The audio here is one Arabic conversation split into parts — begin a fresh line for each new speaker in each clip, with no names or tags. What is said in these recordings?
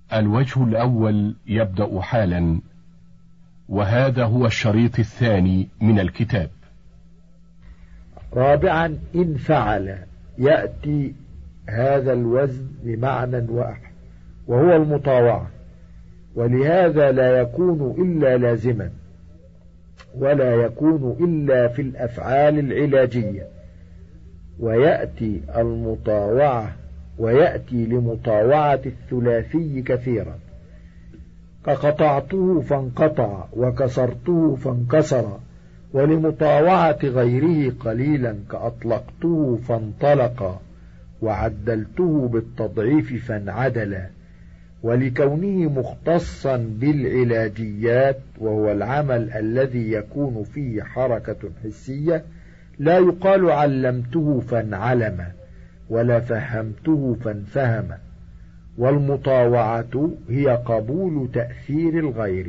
الوجه الأول يبدأ حالا، وهذا هو الشريط الثاني من الكتاب.
رابعا، إن فعل يأتي هذا الوزن بمعنى واحد وهو المطاوعة، ولهذا لا يكون إلا لازما، ولا يكون إلا في الأفعال العلاجية، ويأتي لمطاوعة الثلاثي كثيرا، كقطعته فانقطع وكسرته فانكسر، ولمطاوعة غيره قليلا كأطلقته فانطلق وعدلته بالتضعيف فانعدل، ولكونه مختصا بالعلاجيات وهو العمل الذي يكون فيه حركة حسية، لا يقال علمته فانعلم ولا فهمته فانفهم. والمطاوعة هي قبول تأثير الغير.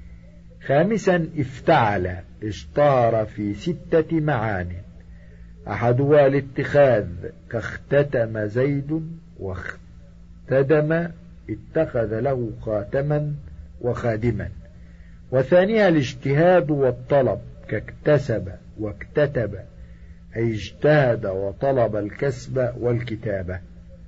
خامسا، افتعل اشتهر في 6 معان، أحدها الاتخاذ، كاختتم زيد واختدم اتخذ له خاتما وخادما. وثانيها الاجتهاد والطلب، كاكتسب واكتتب، أي اجتهد وطلب الكسب والكتابة.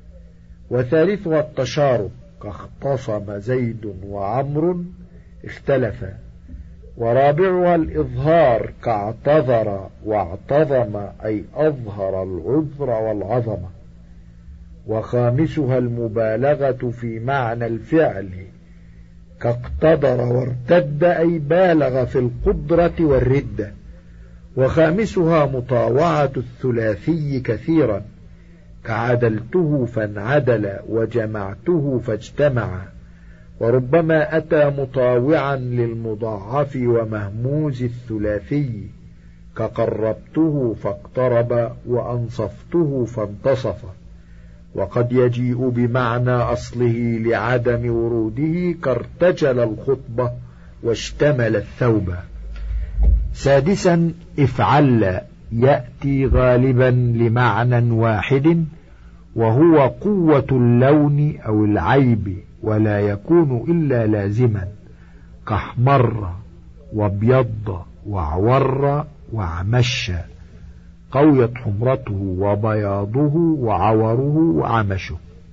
وثالثها التشارك، كاختصم زيد وعمر اختلفا. ورابعها الإظهار، كاعتذر واعتظم، أي أظهر العذر والعظمة. وخامسها المبالغة في معنى الفعل، كاقتدر وارتد، أي بالغ في القدرة والردة. وخامسها مطاوعة الثلاثي كثيرا، كعدلته فانعدل وجمعته فاجتمع. وربما أتى مطاوعا للمضاعف ومهموز الثلاثي، كقربته فاقترب وأنصفته فانتصف. وقد يجيء بمعنى أصله لعدم وروده، كارتجل الخطبة واشتمل الثوب. سادسا، افعل يأتي غالبا لمعنى واحد وهو قوة اللون أو العيب، ولا يكون إلا لازما، كاحمر وابيض وعور وعمش، قويت حمرته وبياضه وعوره وعمشه.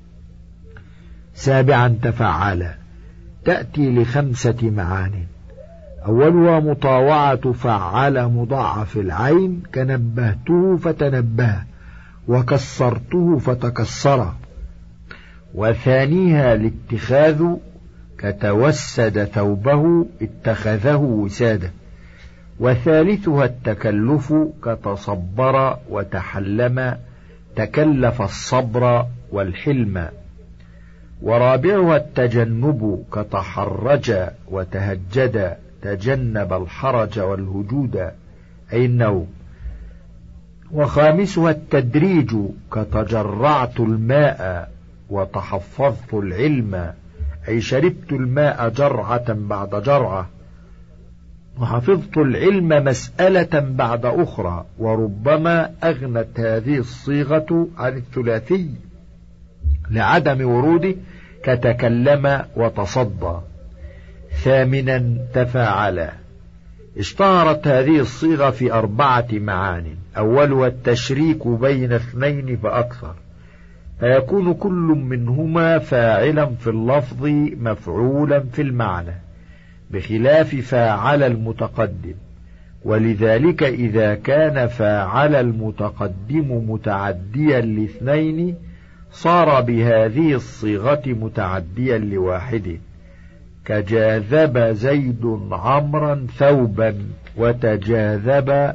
سابعا، تفعل تأتي ل5 معان، أولها مطاوعة فعل مضاعف العين، كنبهته فتنبه وكسرته فتكسر. وثانيها الاتخاذ، كتوسد ثوبه اتخذه وساده. وثالثها التكلف، كتصبر وتحلم تكلف الصبر والحلم. ورابعها التجنب، كتحرج وتهجد تجنب الحرج والهجود، أي النوم. وخامسها التدريج، كتجرعت الماء وتحفظت العلم، أي شربت الماء جرعة بعد جرعة، وحفظت العلم مسألة بعد أخرى. وربما أغنت هذه الصيغة عن الثلاثي لعدم وروده، كتكلم وتصدى. ثامنا، تفاعل اشتهرت هذه الصيغة في 4 معان، أولها التشريك بين 2 فأكثر، فيكون كل منهما فاعلا في اللفظ مفعولا في المعنى، بخلاف فاعل المتقدم. ولذلك إذا كان فاعل المتقدم متعديا ل2 صار بهذه الصيغة متعديا لواحد، كجاذب زيد عمرا ثوبا وتجاذب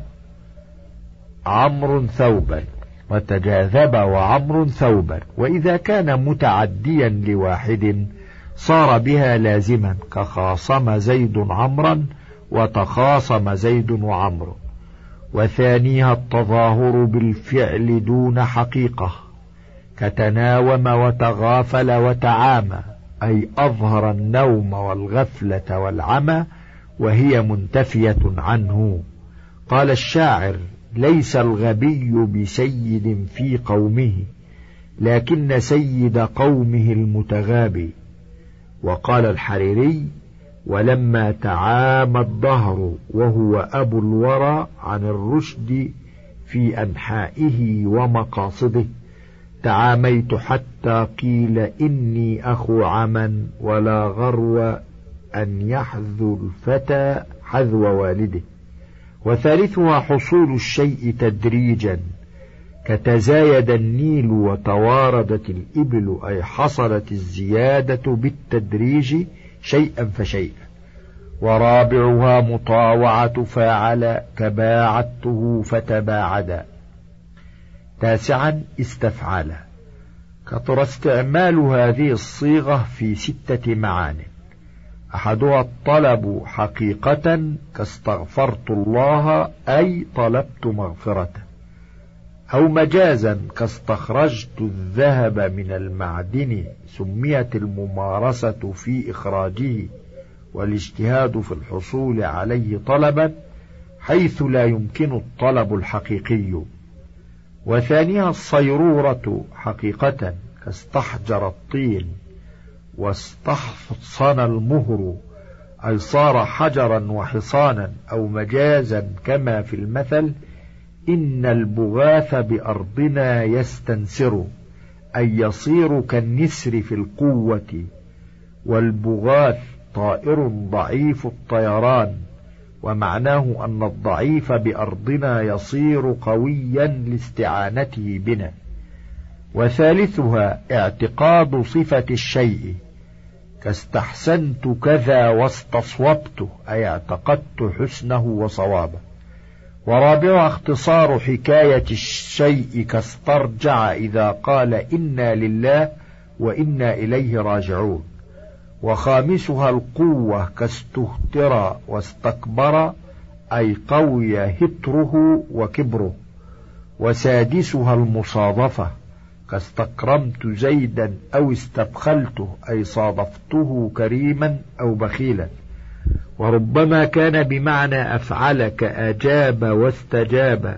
عمرو ثوبا، وتجاذب وعمر ثوبا. وإذا كان متعديا لواحد صار بها لازما، كخاصم زيد عمرا وتخاصم زيد وعمر. وثانيها التظاهر بالفعل دون حقيقة، كتناوم وتغافل وتعامى، أي أظهر النوم والغفلة والعمى وهي منتفية عنه. قال الشاعر: ليس الغبي بسيد في قومه، لكن سيد قومه المتغابي. وقال الحريري: ولما تعامى الدهر وهو أبو الورى عن الرشد في أنحائه ومقاصده، تعاميت حتى قيل إني أخو عمى، ولا غرو أن يحذو الفتى حذو والده. وثالثها حصول الشيء تدريجا، كتزايد النيل وتواردت الإبل، أي حصلت الزيادة بالتدريج شيئا فشيئا. ورابعها مطاوعة فاعل، كباعدته فتباعدا. تاسعا استفعال. كثر استعمال هذه الصيغة في 6 معان: أحدها الطلب حقيقة، كاستغفرت الله أي طلبت مغفرته، أو مجازا كاستخرجت الذهب من المعدن، سميت الممارسة في إخراجه والاجتهاد في الحصول عليه طلبا، حيث لا يمكن الطلب الحقيقي. وثانيها الصيرورة حقيقة، كاستحجر الطين واستحصن المهر، أي صار حجرا وحصانا، أو مجازا كما في المثل: إن البغاث بأرضنا يستنسر، أي يصير كالنسر في القوة. والبغاث طائر ضعيف الطيران، ومعناه أن الضعيف بأرضنا يصير قويا لاستعانته بنا. وثالثها اعتقاد صفة الشيء، كاستحسنت كذا واستصوبته، أي اعتقدت حسنه وصوابه. ورابعها اختصار حكاية الشيء، كاسترجع إذا قال إنا لله وإنا إليه راجعون. وخامسها القوة، كاستهتر واستكبر، أي قوي هتره وكبره. وسادسها المصادفة، كاستكرمت زيدا أو استبخلته، أي صادفته كريما أو بخيلا. وربما كان بمعنى أفعل، كأجاب واستجاب.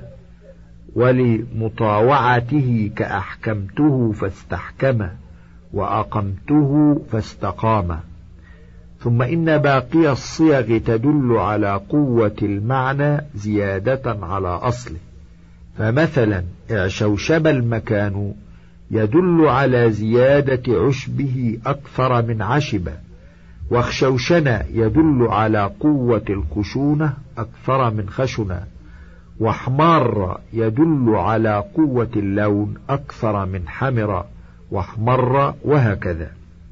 ولمطاوعته كأحكمته فاستحكم، وأقمته فاستقام. ثم إن باقي الصيغ تدل على قوة المعنى زيادة على أصله. فمثلا اعشوشب المكان يدل على زيادة عشبه أكثر من عشب، واخشوشن يدل على قوة الخشونة أكثر من خشنة، واحمر يدل على قوة اللون أكثر من حمر واحمر، وهكذا.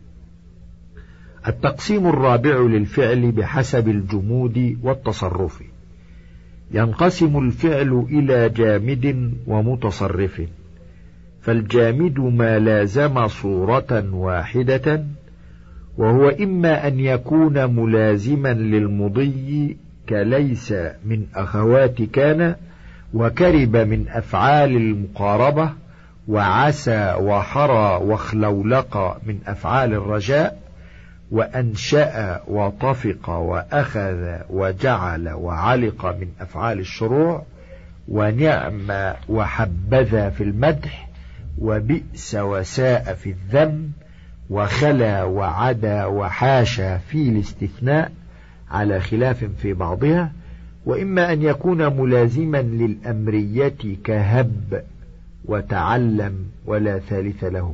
التقسيم الرابع للفعل بحسب الجمود والتصرف. ينقسم الفعل إلى جامد ومتصرف. فالجامد ما لازم صورة واحدة، وهو إما أن يكون ملازما للمضي، كليس من أخوات كان، وكرب من أفعال المقاربة، وعسى وحرى وخلولق من أفعال الرجاء، وأنشأ وطفق وأخذ وجعل وعلق من أفعال الشروع، ونعم وحبذا في المدح، وبئس وساء في الذم، وخلا وعدا وحاشا في الاستثناء، على خلاف في بعضها. وإما أن يكون ملازما للأمرية، كهب وتعلم، ولا ثالث لهم.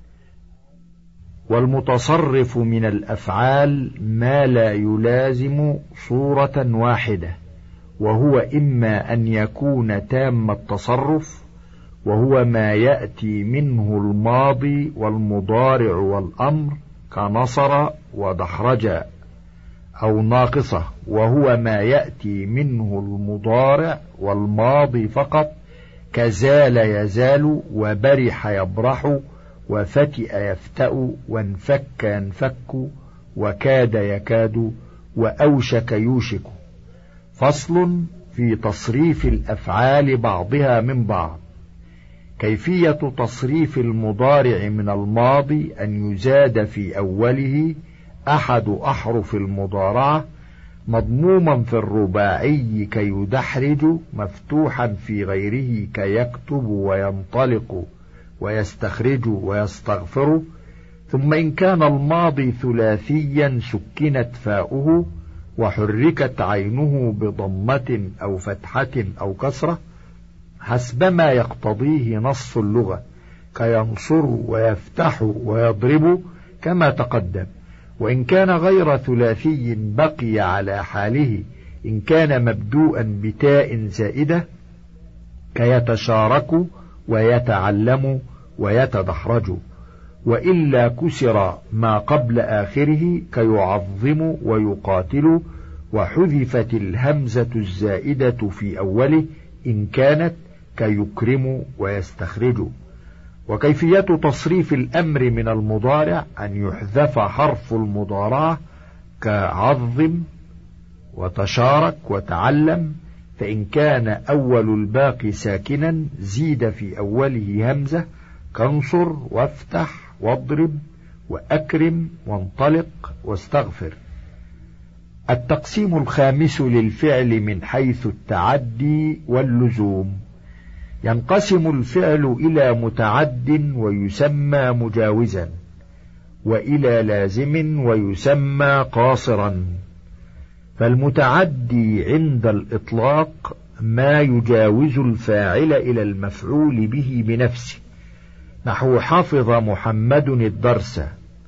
والمتصرف من الأفعال ما لا يلازم صورة واحدة، وهو إما أن يكون تام التصرف، وهو ما يأتي منه الماضي والمضارع والأمر، كنصر ودحرج، أو ناقصة، وهو ما يأتي منه المضارع والماضي فقط، كزال يزال، وبرح يبرح، وفتئ يفتأ، وانفك ينفك، وكاد يكاد، وأوشك يوشك. فصل في تصريف الأفعال بعضها من بعض. كيفية تصريف المضارع من الماضي أن يزاد في أوله أحد أحرف المضارعة، مضموما في الرباعي كيدحرج، مفتوحا في غيره كيكتب وينطلق ويستخرج ويستغفر، ثم إن كان الماضي ثلاثيا سكنت فاؤه وحركت عينه بضمة أو فتحة أو كسرة حسب ما يقتضيه نص اللغة، كينصر ويفتح ويضرب كما تقدم. وإن كان غير ثلاثي بقي على حاله إن كان مبدوءا بتاء زائدة، كيتشارك ويتعلم ويتدحرج، وإلا كسر ما قبل آخره كيعظم ويقاتل، وحذفت الهمزة الزائدة في أوله إن كانت كيكرم ويستخرج. وكيفية تصريف الأمر من المضارع أن يحذف حرف المضارعة كعظم وتشارك وتعلم، فإن كان أول الباقي ساكنا زيد في أوله همزة كانصر وافتح واضرب وأكرم وانطلق واستغفر. التقسيم الخامس للفعل من حيث التعدي واللزوم: ينقسم الفعل إلى متعد ويسمى مجاوزا، وإلى لازم ويسمى قاصرا. فالمتعدي عند الإطلاق ما يجاوز الفاعل إلى المفعول به بنفسه، نحو حفظ محمد الدرس،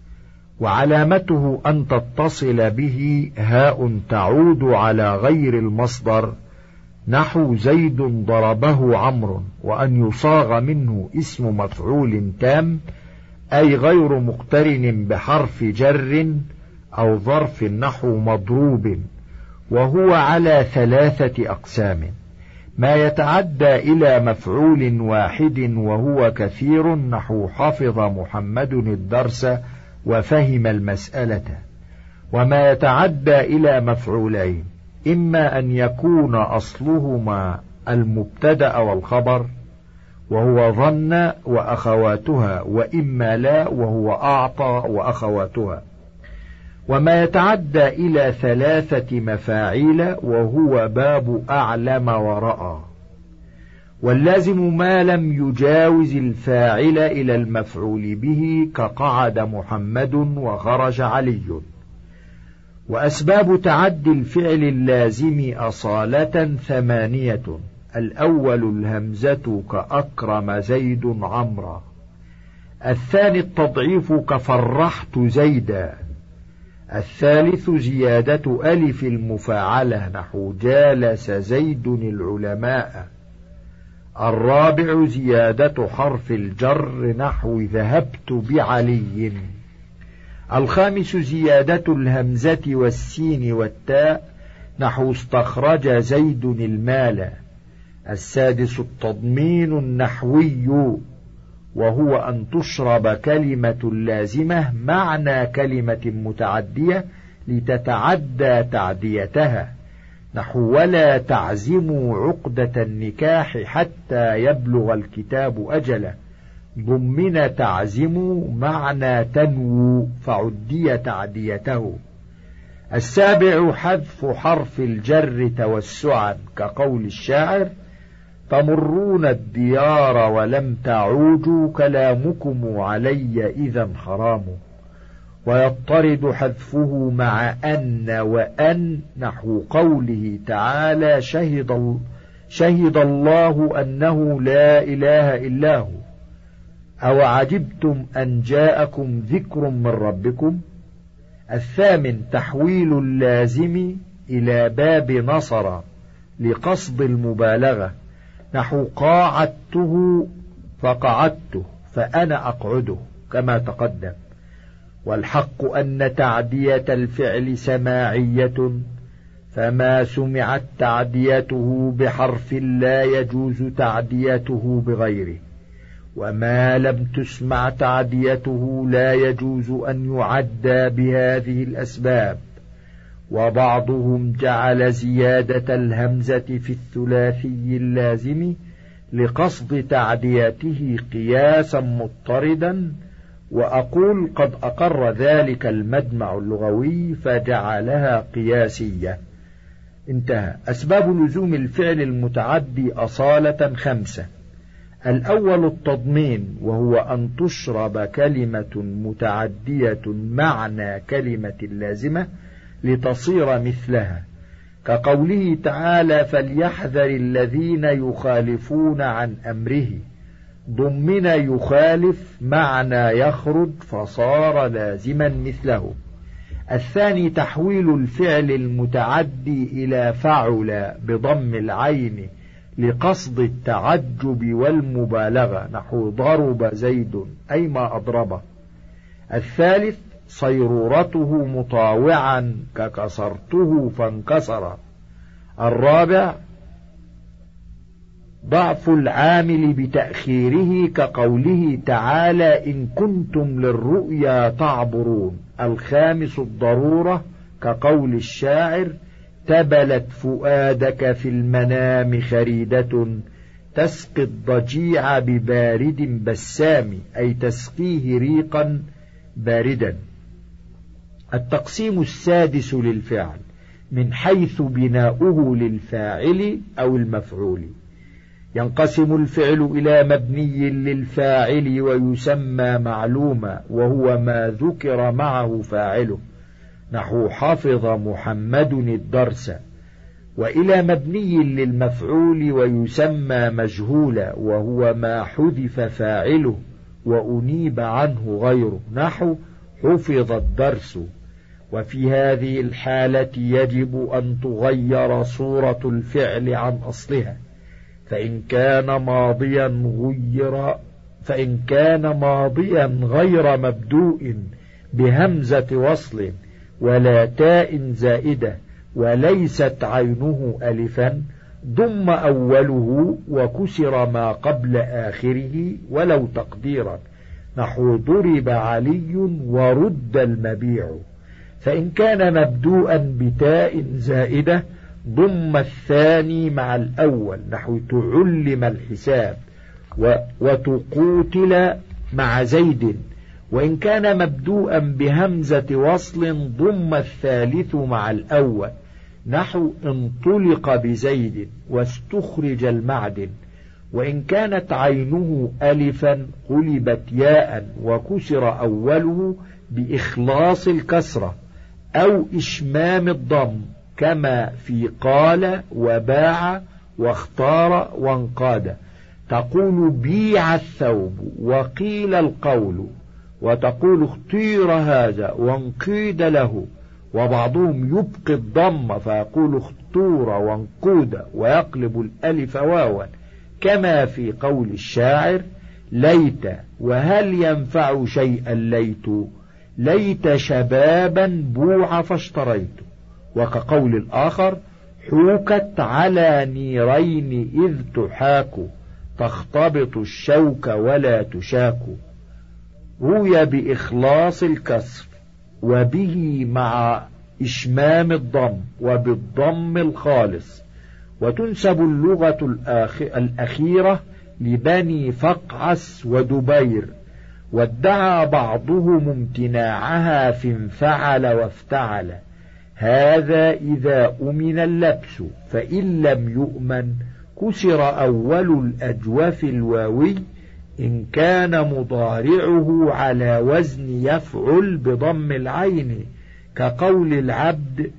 وعلامته أن تتصل به هاء تعود على غير المصدر، نحو زيد ضربه عمرو، وأن يصاغ منه اسم مفعول تام أي غير مقترن بحرف جر أو ظرف، نحو مضروب. وهو على ثلاثة أقسام: ما يتعدى إلى مفعول واحد وهو كثير، نحو حفظ محمد الدرس وفهم المسألة. وما يتعدى إلى مفعولين، إما أن يكون أصلهما المبتدأ والخبر وهو ظن وأخواتها، وإما لا وهو أعطى وأخواتها. وما يتعدى إلى ثلاثة مفاعيل وهو باب أعلم ورأى. واللازم ما لم يجاوز الفاعل إلى المفعول به، كقعد محمد وخرج علي. وأسباب تعدي الفعل اللازم أصالة ثمانية: الأول الهمزة كأكرم زيد عمرا، الثاني التضعيف كفرحت زيدا، الثالث زيادة ألف المفاعلة نحو جالس زيد العلماء، الرابع زيادة حرف الجر نحو ذهبت بعلي، الخامس زيادة الهمزة والسين والتاء نحو استخرج زيد المال، السادس التضمين النحوي وهو أن تشرب كلمة لازمة معنى كلمة متعدية لتتعدى تعديتها، نحو ولا تعزموا عقدة النكاح حتى يبلغ الكتاب أجله، ضمن تعزموا معنى تنوو فعدي تعديته. السابع حذف حرف الجر توسعا، كقول الشاعر تمرون الديار ولم تعودوا كلامكم علي إذا حرام، ويضطرد حذفه مع أن وأن نحو قوله تعالى شهد الله أنه لا إله إلا هو، أو عجبتم أن جاءكم ذكر من ربكم. الثامن تحويل اللازم إلى باب نصر لقصد المبالغة، نحو قاعدته فقعدته فأنا أقعده كما تقدم. والحق أن تعدية الفعل سماعية، فما سمعت تعديته بحرف لا يجوز تعديته بغيره، وما لم تسمع تعديته لا يجوز أن يعدى بهذه الأسباب. وبعضهم جعل زيادة الهمزة في الثلاثي اللازم لقصد تعديته قياسا مضطردا، وأقول قد أقر ذلك المجمع اللغوي فجعلها قياسية. انتهى. أسباب لزوم الفعل المتعدي أصالة خمسة: الأول التضمين، وهو أن تشرب كلمة متعدية معنى كلمة لازمة لتصير مثلها، كقوله تعالى: فليحذر الذين يخالفون عن أمره، ضمن يخالف معنى يخرج فصار لازما مثله. الثاني تحويل الفعل المتعدي إلى فعل بضم العين لقصد التعجب والمبالغة، نحو ضرب زيد أي ما أضربه. الثالث صيرورته مطاوعا ككسرته فانكسر. الرابع ضعف العامل بتأخيره، كقوله تعالى: إن كنتم للرؤيا تعبرون. الخامس الضرورة، كقول الشاعر: تبلت فؤادك في المنام خريدة تسقي الضجيع ببارد بسام، أي تسقيه ريقا باردا. التقسيم السادس للفعل من حيث بناؤه للفاعل أو المفعول. ينقسم الفعل إلى مبني للفاعل ويسمى معلوما، وهو ما ذكر معه فاعله، نحو حفظ محمد الدرس، وإلى مبني للمفعول ويسمى مجهولا، وهو ما حذف فاعله وأنيب عنه غيره، نحو حفظ الدرس. وفي هذه الحالة يجب أن تغير صورة الفعل عن أصلها، فإن كان ماضيا غير مبدوء بهمزة وصل ولا تاء زائدة وليست عينه ألفا، ضم أوله وكسر ما قبل آخره ولو تقديرا، نحو ضرب علي ورد المبيع. فإن كان مبدوءا بتاء زائدة ضم الثاني مع الأول، نحو تعلم الحساب وتقوتل مع زيد. وإن كان مبدوءا بهمزة وصل ضم الثالث مع الأول، نحو انطلق بزيد واستخرج المعدن. وإن كانت عينه ألفا قلبت ياء وكسر أوله بإخلاص الكسرة أو إشمام الضم، كما في قال وباع واختار وانقاد. تقول بيع الثوب وقيل القول، وتقول اختير هذا وانقيد له. وبعضهم يبقي الضم فيقول اختور وانقود ويقلب الألف واوا، كما في قول الشاعر: ليت وهل ينفع شيئا ليت شبابا بوع فاشتريت. وكقول الآخر: حوكت على نيرين إذ تحاك تختبط الشوك ولا تشاك. روي بإخلاص الكسر وبه مع إشمام الضم وبالضم الخالص. وتنسب اللغة الأخيرة لبني فقعس ودبير، وادعى بعضهم امتناعها في انفعل وافتعل. هذا إذا أمن اللبس، فإن لم يؤمن كسر أول الأجوف الواوي إن كان مضارعه على وزن يفعل بضم العين، كقول العبد: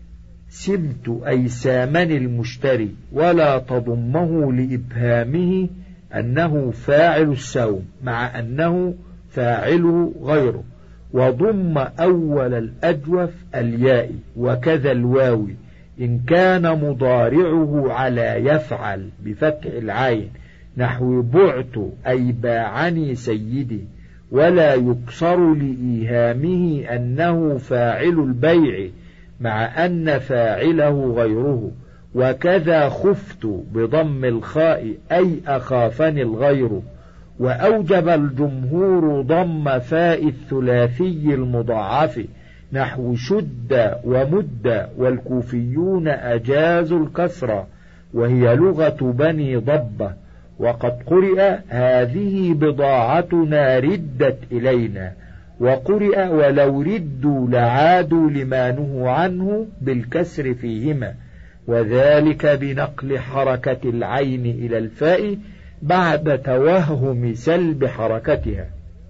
سمت أي سامني المشتري، ولا تضمه لإبهامه أنه فاعل السوم مع أنه فاعله غيره. وضم أول الأجوف الياء وكذا الواو إن كان مضارعه على يفعل بفتح العين، نحو بعت أي باعني سيدي، ولا يكسر لإيهامه أنه فاعل البيع مع أن فاعله غيره. وكذا خفت بضم الخاء أي أخافني الغير. وأوجب الجمهور ضم فاء الثلاثي المضاعف، نحو شد ومد، والكوفيون أجازوا الكسرة وهي لغة بني ضبة. وقد قرئ هذه بضاعتنا ردت إلينا، وقرئ ولو ردوا لعادوا لما نهوا عنه بالكسر فيهما، وذلك بنقل حركة العين إلى الفاء بعد توهم سلب حركتها.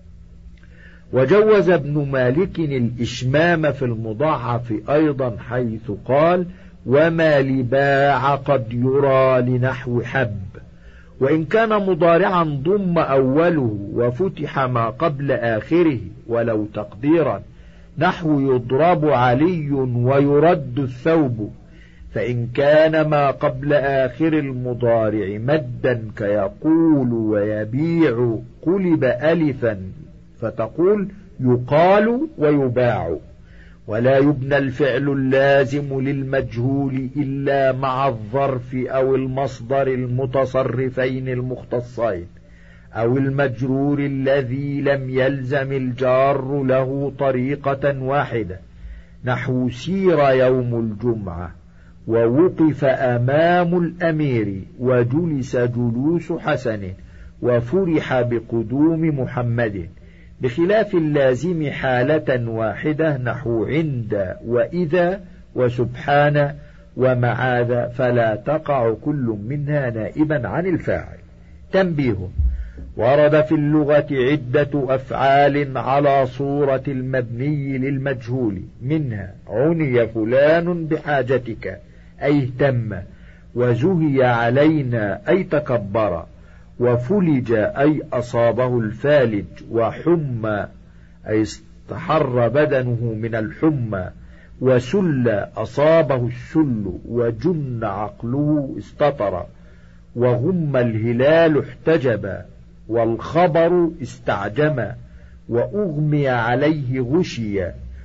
وجوز ابن مالك الإشمام في المضاعف أيضا، حيث قال: وما لباع قد يرى لنحو حب. وإن كان مضارعا ضم أوله وفتح ما قبل آخره، ولو تقديرا نحو يضرب علي ويرد الثوب. فإن كان ما قبل آخر المضارع مدا كيقول ويبيع قلب ألفا فتقول يقال ويباع. ولا يبنى الفعل اللازم للمجهول إلا مع الظرف أو المصدر المتصرفين المختصين، أو المجرور الذي لم يلزم الجار له طريقة واحدة، نحو سير يوم الجمعة، ووقف أمام الأمير، وجلس جلوس حسن، وفرح بقدوم محمد، بخلاف اللازم حالة واحدة، نحو عند وإذا وسبحان ومعاذ، فلا تقع كل منها نائبا عن الفاعل. تنبيه: ورد في اللغة عدة أفعال على صورة المبني للمجهول، منها عني فلان بحاجتك أي اهتم، وزهي علينا أي تكبر، وفلج أي أصابه الفالج، وحمى أي استحر بدنه من الحمى، وسل أصابه السل، وجن عقله استطر، وغم الهلال احتجب، والخبر استعجم، وأغمي عليه غشي،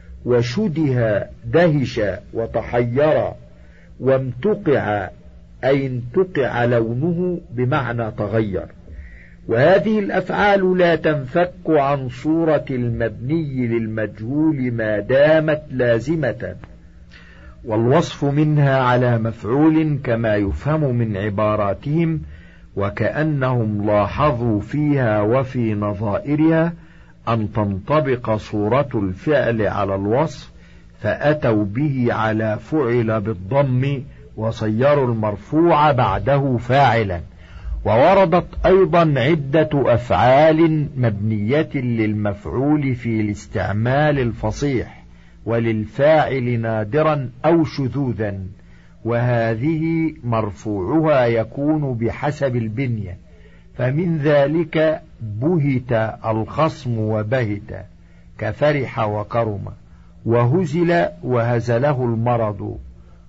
وشده دهش وتحير، وامتقع أي انتقع لونه بمعنى تغير. وهذه الأفعال لا تنفك عن صورة المبني للمجهول ما دامت لازمة، والوصف منها على مفعول كما يفهم من عباراتهم، وكأنهم لاحظوا فيها وفي نظائرها أن تنطبق صورة الفعل على الوصف، فأتوا به على فعل بالضم، وصيروا المرفوع بعده فاعلا. ووردت أيضا عدة أفعال مبنية للمفعول في الاستعمال الفصيح، وللفاعل نادرا أو شذوذا، وهذه مرفوعها يكون بحسب البنية، فمن ذلك بهت الخصم وبهت، كفرح وكرم، وهزل وهزله المرض،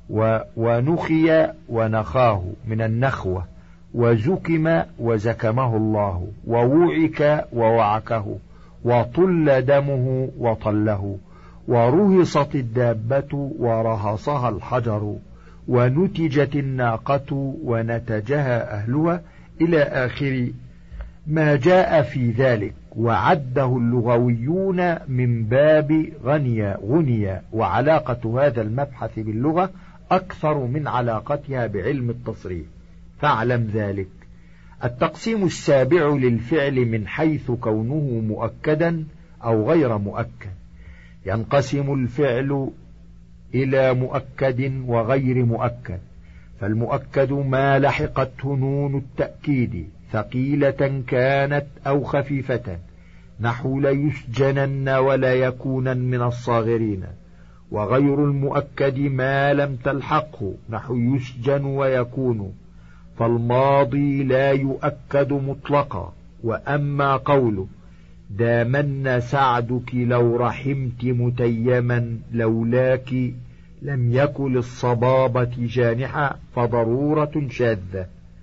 ونخي ونخاه من النخوة، وزكم وزكمه الله، ووعك ووعكه، وطل دمه وطله، ورهصت الدابة ورهصها الحجر، ونتجت الناقة ونتجها أهلها، إلى آخر ما جاء في ذلك. وعده اللغويون من باب غني، وعلاقة هذا المبحث باللغة أكثر من علاقتها بعلم التصريف، فاعلم ذلك. التقسيم السابع للفعل من حيث كونه مؤكدا أو غير مؤكد: ينقسم الفعل إلى مؤكد وغير مؤكد. فالمؤكد ما لحقته نون التأكيد ثقيلة كانت أو خفيفة، نحو ليسجنن ولا يكونن من الصاغرين. وغير المؤكد ما لم تلحقه، نحو يسجن ويكون. فالماضي لا يؤكد مطلقا. وأما قوله دامن سعدك لو رحمت متيما لولاك لم يكن للصبابة جانحا، فضرورة شاذة،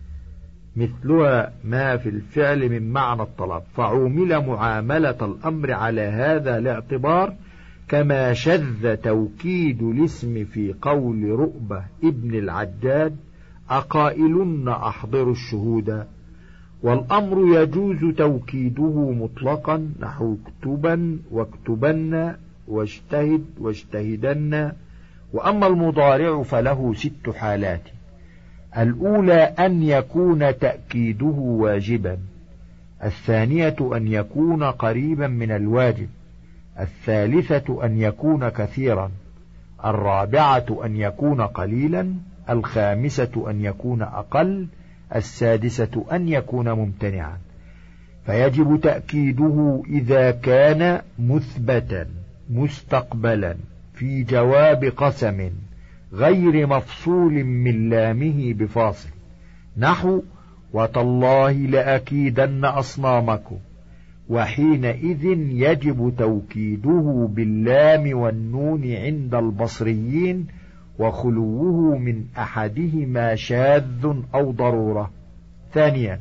مثلها ما في الفعل من معنى الطلب، فعومل معاملة الأمر على هذا الاعتبار، كما شذ توكيد الاسم في قول رؤبة ابن العجاد أقائلن أحضر الشهود. والأمر يجوز توكيده مطلقا، نحو اكتبا واكتبن واجتهد واجتهدن. وأما المضارع فله 6 حالات: الأولى أن يكون تأكيده واجبا، الثانية أن يكون قريبا من الواجب، الثالثة أن يكون كثيرا، الرابعة أن يكون قليلا، الخامسة أن يكون أقل، السادسة أن يكون ممتنعا، فيجب تأكيده إذا كان مثبتا مستقبلا في جواب قسم غير مفصول من لامه بفاصل، نحو وتالله لأكيدن أصنامكم، وحينئذ يجب توكيده باللام والنون عند البصريين وخلوه من أحدهما شاذ أو ضرورة. ثانيا،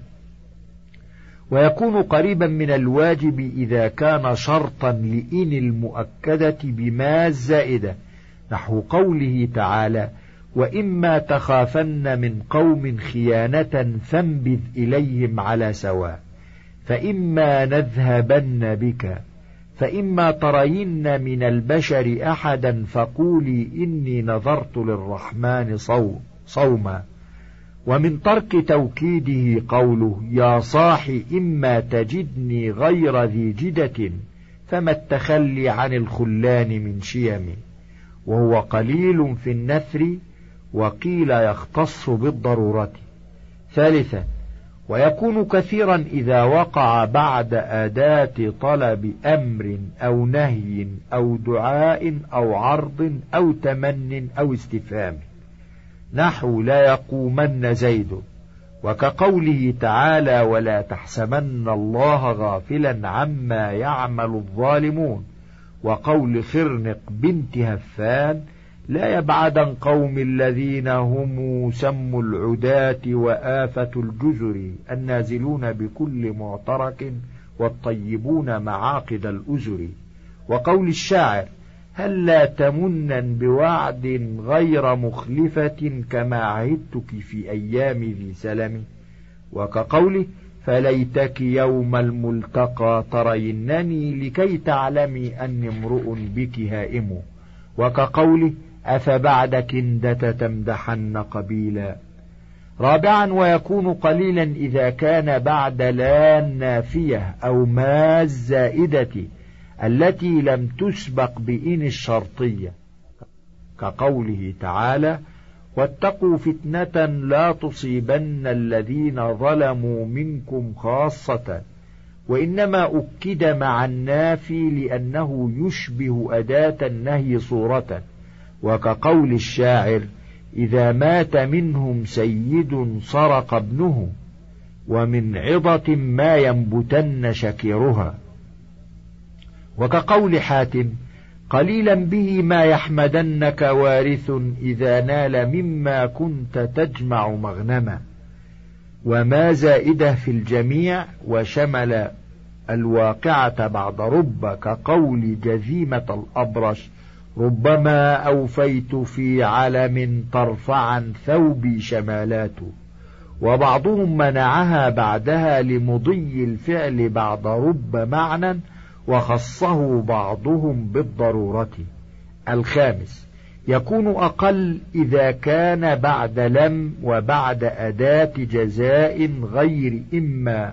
ويكون قريبا من الواجب إذا كان شرطا لإن المؤكدة بما الزائدة، نحو قوله تعالى وإما تخافن من قوم خيانة فانبذ إليهم على سواء، فإما نذهبن بك فإما ترين من البشر أحدا فقولي إني نذرت للرحمن صوما. ومن ترك توكيده قوله يا صاحي إما تجدني غير ذي جدة فما التخلي عن الخلان من شيم، وهو قليل في النثر وقيل يختص بالضرورة. ثالثا، ويكون كثيرا إذا وقع بعد أداة طلب أمر أو نهي أو دعاء أو عرض أو تمن أو استفهام، نحو لا يقومن زيد، وكقوله تعالى ولا تحسبن الله غافلا عما يعمل الظالمون، وقول خرنق بنت هفان لا يبعدن قوم الذين هم سم العداة وآفة الجزر النازلون بكل معترك والطيبون معاقد الأزر، وقول الشاعر هل لا تمنن بوعد غير مخلفة كما عهدتك في أيام ذي سلم، وكقوله فليتك يوم الملتقى ترينني لكي تعلمي أني امرؤ بك هائم، وكقوله أفبعد كندة تمدحن قبيلا. رابعا، ويكون قليلا إذا كان بعد لا النافية أو ما الزائدة التي لم تسبق بإن الشرطية، كقوله تعالى واتقوا فتنة لا تصيبن الذين ظلموا منكم خاصة، وإنما أكد مع النافي لأنه يشبه أداة النهي صورة، وكقول الشاعر إذا مات منهم سيد سرق ابنه، ومن عظة ما ينبتن شكرها، وكقول حاتم قليلا به ما يحمدنك وارث إذا نال مما كنت تجمع مغنما، وما زائدة في الجميع وشمل الواقعة بعد رب، كقول جذيمة الأبرش ربما أوفيت في علم ترفعا ثوبي شمالات، وبعضهم منعها بعدها لمضي الفعل بعد رب معنى وخصه بعضهم بالضرورة. الخامس، يكون أقل إذا كان بعد لم وبعد أداة جزاء غير إما،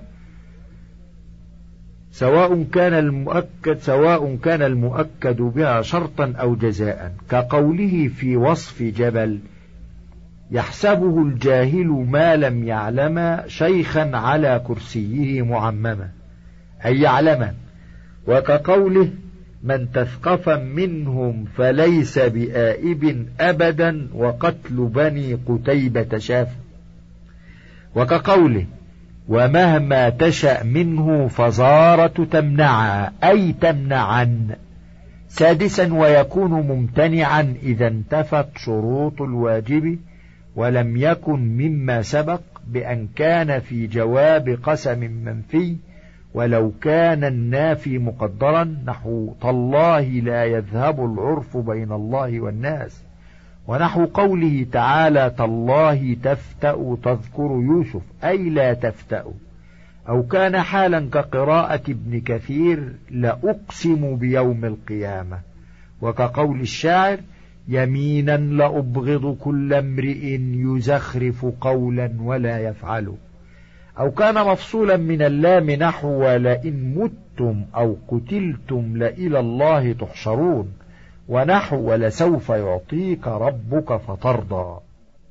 سواء كان المؤكد بها شرطا أو جزاء، كقوله في وصف جبل يحسبه الجاهل ما لم يعلم شيخا على كرسيه معمما، أي يعلما، وكقوله من تثقف منهم فليس بآئب أبدا وقتل بني قتيبة شاف، وكقوله ومهما تشأ منه فزارة تمنع أي تمنعا. سادسا، ويكون ممتنعا إذا انتفت شروط الواجب ولم يكن مما سبق بأن كان في جواب قسم منفي، ولو كان النافي مقدرا، نحو تالله لا يذهب العرف بين الله والناس، ونحو قوله تعالى تالله تفتأ تذكر يوسف أي لا تفتأ، أو كان حالا كقراءة ابن كثير لأقسم بيوم القيامة، وكقول الشاعر يمينا لأبغض كل امرئ يزخرف قولا ولا يفعل، أو كان مفصولا من اللام نحو لئن متم أو قتلتم لإلى الله تحشرون، ونحو ولسوف يعطيك ربك فترضى.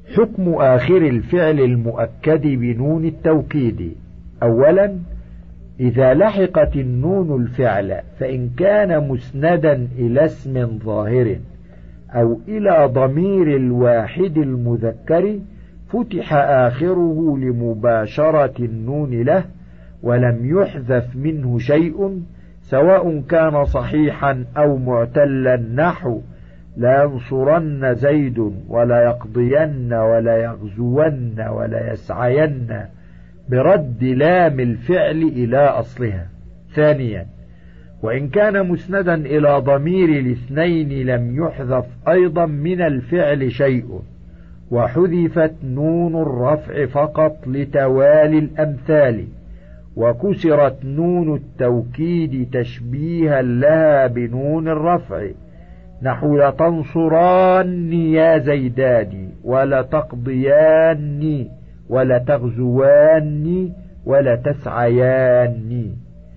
حكم آخر الفعل المؤكد بنون التوكيد. أولا، إذا لحقت النون الفعل فإن كان مسندا إلى اسم ظاهر أو إلى ضمير الواحد المذكر فتح آخره لمباشرة النون له ولم يحذف منه شيء، سواء كان صحيحا أو معتلا، نحو لا ينصرن زيد ولا يقضين ولا يغزون ولا يسعين، برد لام الفعل إلى أصلها. ثانيا، وإن كان مسندا إلى ضمير الاثنين لم يحذف أيضا من الفعل شيء، وحذفت نون الرفع فقط لتوالي الأمثال، وكسرت نون التوكيد تشبيها لها بنون الرفع، نحو لتنصراني يا زيدان ولتقضياني ولتغزواني ولتسعياني.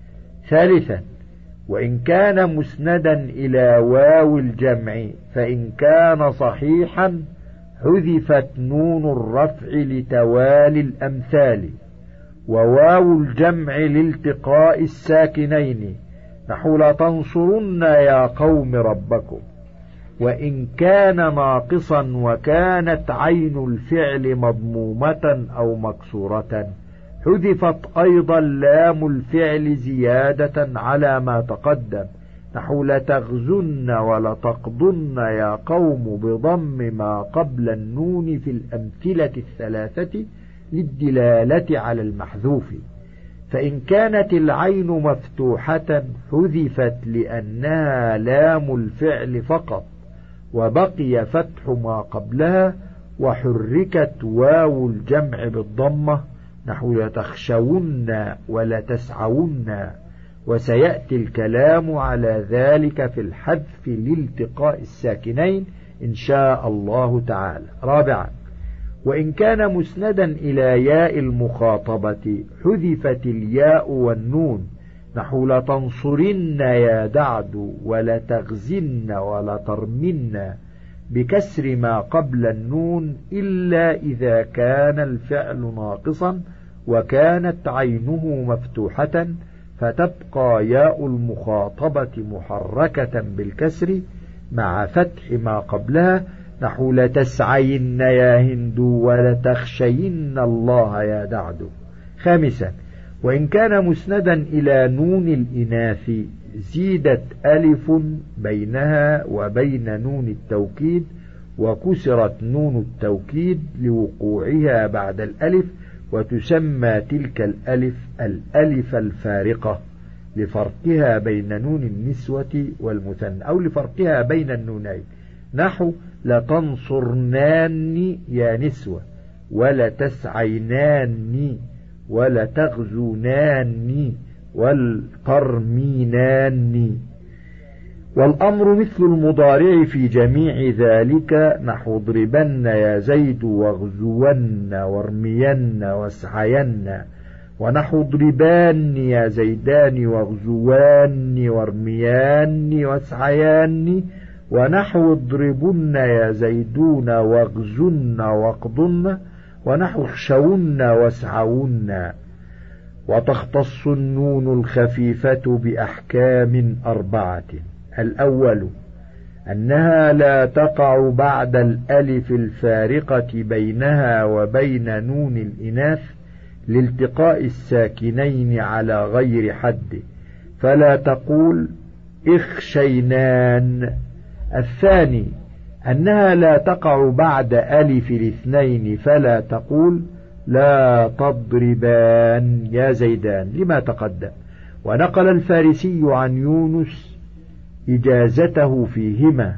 ثالثا، وإن كان مسندا إلى واو الجمع فإن كان صحيحا حذفت نون الرفع لتوالي الأمثال، وواو الجمع لالتقاء الساكنين، نحو لتنصرن يا قوم ربكم. وإن كان ناقصا وكانت عين الفعل مضمومة أو مكسورة حذفت أيضا لام الفعل زيادة على ما تقدم، نحو لتغزن ولتقضن يا قوم بضم ما قبل النون في الأمثلة الثلاثة للدلالة على المحذوف. فإن كانت العين مفتوحة حذفت لأنها لام الفعل فقط وبقي فتح ما قبلها، وحركت واو الجمع بالضمة، نحو لتخشون ولتسعون، وسيأتي الكلام على ذلك في الحذف لالتقاء الساكنين إن شاء الله تعالى. رابعا، وإن كان مسندا إلى ياء المخاطبة حذفت الياء والنون، نحو لتنصرن يا دعد ولتغزن ولترمن، بكسر ما قبل النون إلا إذا كان الفعل ناقصا وكانت عينه مفتوحة، فتبقى ياء المخاطبة محركة بالكسر مع فتح ما قبلها، نحو لتسعين يا هند ولتخشين الله يا دعد. خامسا، وإن كان مسندا إلى نون الإناث زيدت ألف بينها وبين نون التوكيد، وكسرت نون التوكيد لوقوعها بعد الألف، وتسمى تلك الألف الألف الفارقة لفرقها بين نون النسوة والمثنى، أو لفرقها بين النونين، نحو لتنصرناني يا نسوة ولتسعيناني ولتغزوناني والترميناني. والأمر مثل المضارع في جميع ذلك، نحو اضربن يا زيد واغزون وارمين واسعين، ونحو اضربان يا زيدان واغزوان وارميان واسعيان، ونحو اضربن يا زيدون واغزن واقضن، ونحو اخشون واسعون. وتختص النون الخفيفة بأحكام 4. الأول، أنها لا تقع بعد الألف الفارقة بينها وبين نون الإناث لالتقاء الساكنين على غير حد، فلا تقول اخشينان. الثاني، أنها لا تقع بعد ألف الاثنين، فلا تقول لا تضربان يا زيدان لما تقدم. ونقل الفارسي عن يونس إجازته فيهما،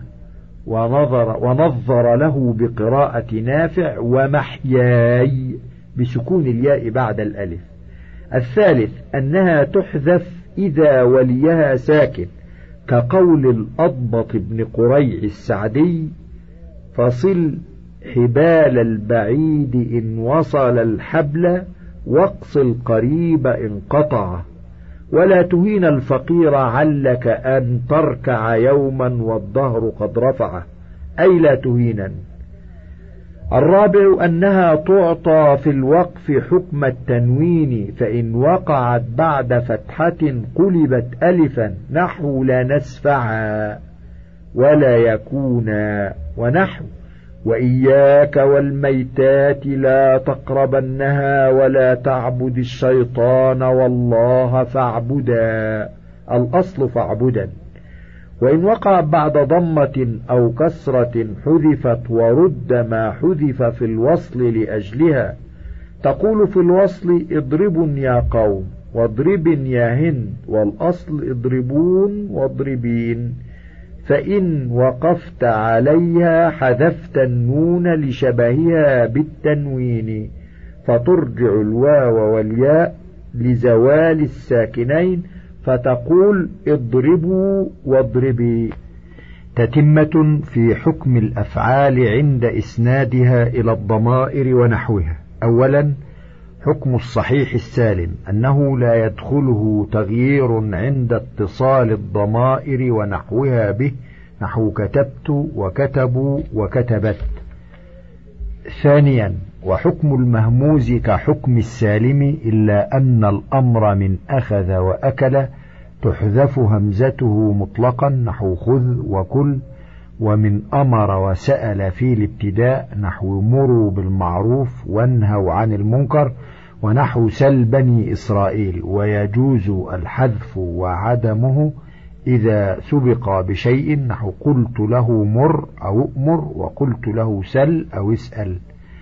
ونظر له بقراءة نافع ومحياي بسكون الياء بعد الألف. الثالث، أنها تحذف إذا وليها ساكن، كقول الأضبط بن قريع السعدي: فصل حبال البعيد إن وصل الحبل، واقص القريب إن قطع، ولا تهين الفقير علك أن تركع يوما والدهر قد رفعه، أي لا تهينا. الرابع أنها تعطى في الوقف حكم التنوين، فإن وقعت بعد فتحة قلبت ألفا، نحو لا نسفعا ولا يكونا، ونحو وإياك والميتات لا تقربنها ولا تعبد الشيطان والله فاعبدا، الأصل فاعبدا. وإن وقع بعد ضمة أو كسرة حذفت ورد ما حذف في الوصل لأجلها، تقول في الوصل اضرب يا قوم واضرب يا هند، والأصل اضربون واضربين. فإن وقفت عليها حذفت النون لشبهها بالتنوين، فترجع الواو والياء لزوال الساكنين، فتقول اضربوا واضربي. تتمة في حكم الأفعال عند إسنادها إلى الضمائر ونحوها. أولا، حكم الصحيح السالم أنه لا يدخله تغيير عند اتصال الضمائر ونحوها به، نحو كتبت وكتبوا وكتبت. ثانيا، وحكم المهموز كحكم السالم، إلا أن الأمر من أخذ وأكل تحذف همزته مطلقا، نحو خذ وكل. ومن أمر وسأل في الابتداء، نحو مروا بالمعروف وانهوا عن المنكر، ونحو سل بني إسرائيل. ويجوز الحذف وعدمه إذا سبق بشيء، نحو قلت له مر أو أمر، وقلت له سل أو اسأل.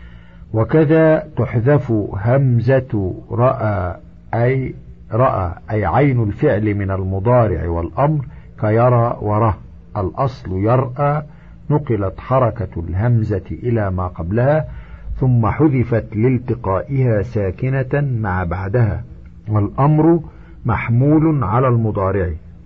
وكذا تحذف همزة رأى أي عين الفعل من المضارع والأمر، كيرى وره، الأصل يرأى، نقلت حركة الهمزة إلى ما قبلها ثم حذفت لالتقائها ساكنة مع بعدها، والأمر محمول على المضارع.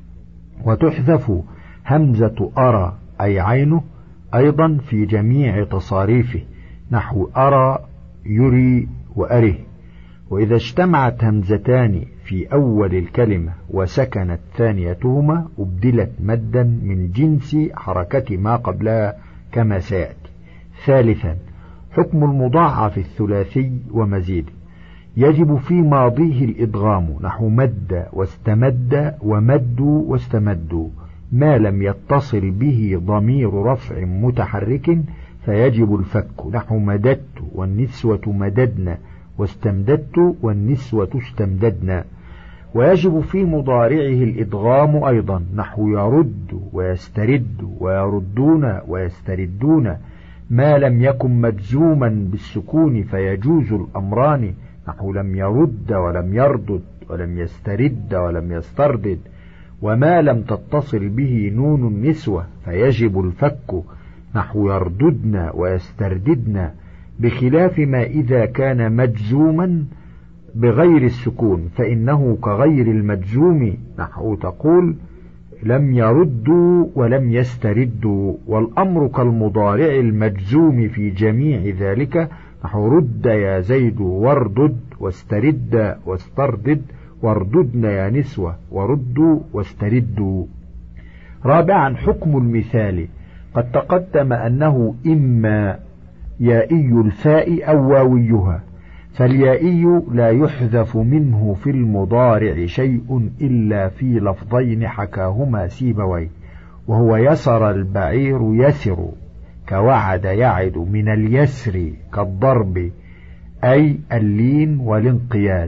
وتحذف همزة أرى أي عينه أيضا في جميع تصاريفه، نحو أرى يري وأره. وإذا اجتمعت همزتان في أول الكلمة وسكنت ثانيتهما أبدلت مدا من جنس حركة ما قبلها كما سيأتي. ثالثا، حكم المضاعف الثلاثي ومزيد، يجب في ماضيه الإدغام، نحو مد واستمد ومدوا واستمدوا، ما لم يتصل به ضمير رفع متحرك فيجب الفك، نحو مددت والنسوة مددنا، واستمددت والنسوة استمددنا. ويجب في مضارعه الإدغام أيضا، نحو يرد ويسترد ويردون ويستردون، ما لم يكن مجزوما بالسكون فيجوز الأمران، نحو لم يرد ولم يردد ولم يسترد ولم يستردد. وما لم تتصل به نون النسوة فيجب الفك، نحو يرددن ويسترددن، بخلاف ما إذا كان مجزوما بغير السكون فإنه كغير المجزوم، نحو تقول لم يردوا ولم يستردوا. والأمر كالمضارع المجزوم في جميع ذلك، نحو رد يا زيد واردد، واسترد واستردد، وارددن يا نسوة، وردوا واستردوا. رابعا، حكم المثال، قد تقدم أنه إما يائي الفاء أو واويها، فاليائي لا يحذف منه في المضارع شيء إلا في لفظين حكاهما سيبويه، وهو يسر البعير يسر، كوعد يعد، من اليسر كالضرب أي اللين والانقياد،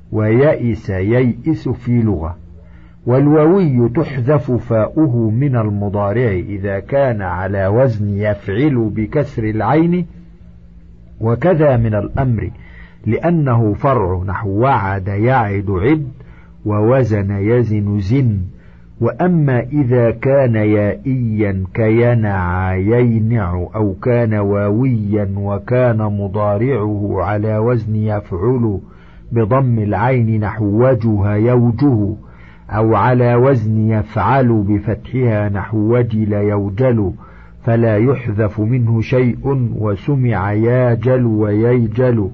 ويئس ييئس في لغة. والواوي تحذف فاؤه من المضارع إذا كان على وزن يفعل بكسر العين، وكذا من الأمر لأنه فرع، نحو وعد يعد عد، ووزن يزن زن. وأما إذا كان يائيا كينع يينع، أو كان واويا وكان مضارعه على وزن يفعل بضم العين، نحو وجه يوجه، أو على وزن يفعل بفتحها، نحو وجل يوجل، فلا يحذف منه شيء، وسمع ياجل وييجل.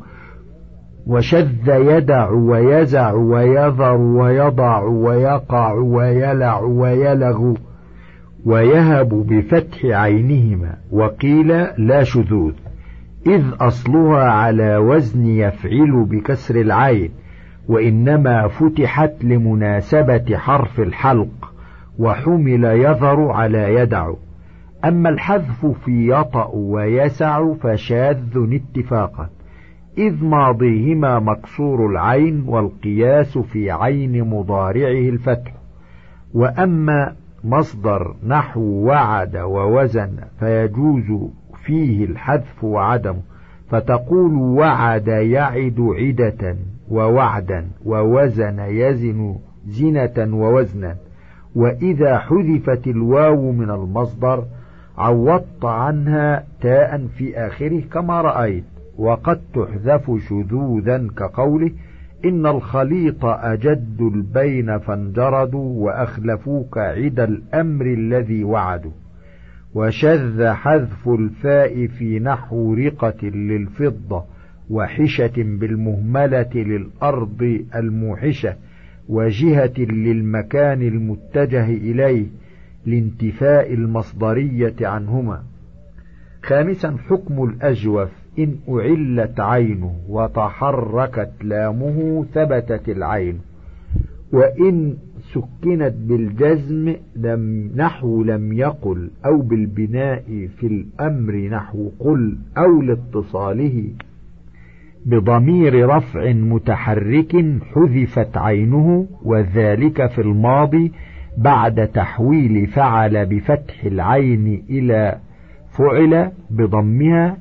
وشذ يدع ويزع ويذر ويضع ويقع ويلع ويلغ، ويهب بفتح عينهما. وقيل لا شذوذ، إذ أصلها على وزن يفعل بكسر العين، وإنما فتحت لمناسبة حرف الحلق، وحمل يذر على يدع. أما الحذف في يطأ ويسع فشاذ اتفاقا، إذ ماضيهما مكسور العين، والقياس في عين مضارعه الفتح. وأما مصدر نحو وعد ووزن فيجوز فيه الحذف وعدمه، فتقول وعد يعد عدة ووعدا، ووزن يزن زنة ووزنا. وإذا حذفت الواو من المصدر عوضت عنها تاء في آخره كما رأيت. وقد تحذف شذوذا كقوله إن الخليط أجد البين فانجردوا وأخلفوك عد الأمر الذي وعدوا. وشذ حذف الفاء في نحو رقة للفضة، وحشة بالمهملة للأرض الموحشة، وجهة للمكان المتجه إليه لانتفاء المصدرية عنهما. خامسا حكم الأجوف إن أعلت عينه وتحركت لامه ثبتت العين، وإن سكنت بالجزم نحو لم يقل، أو بالبناء في الأمر نحو قل، أو لاتصاله بضمير رفع متحرك حذفت عينه، وذلك في الماضي بعد تحويل فعل بفتح العين إلى فعل بضمها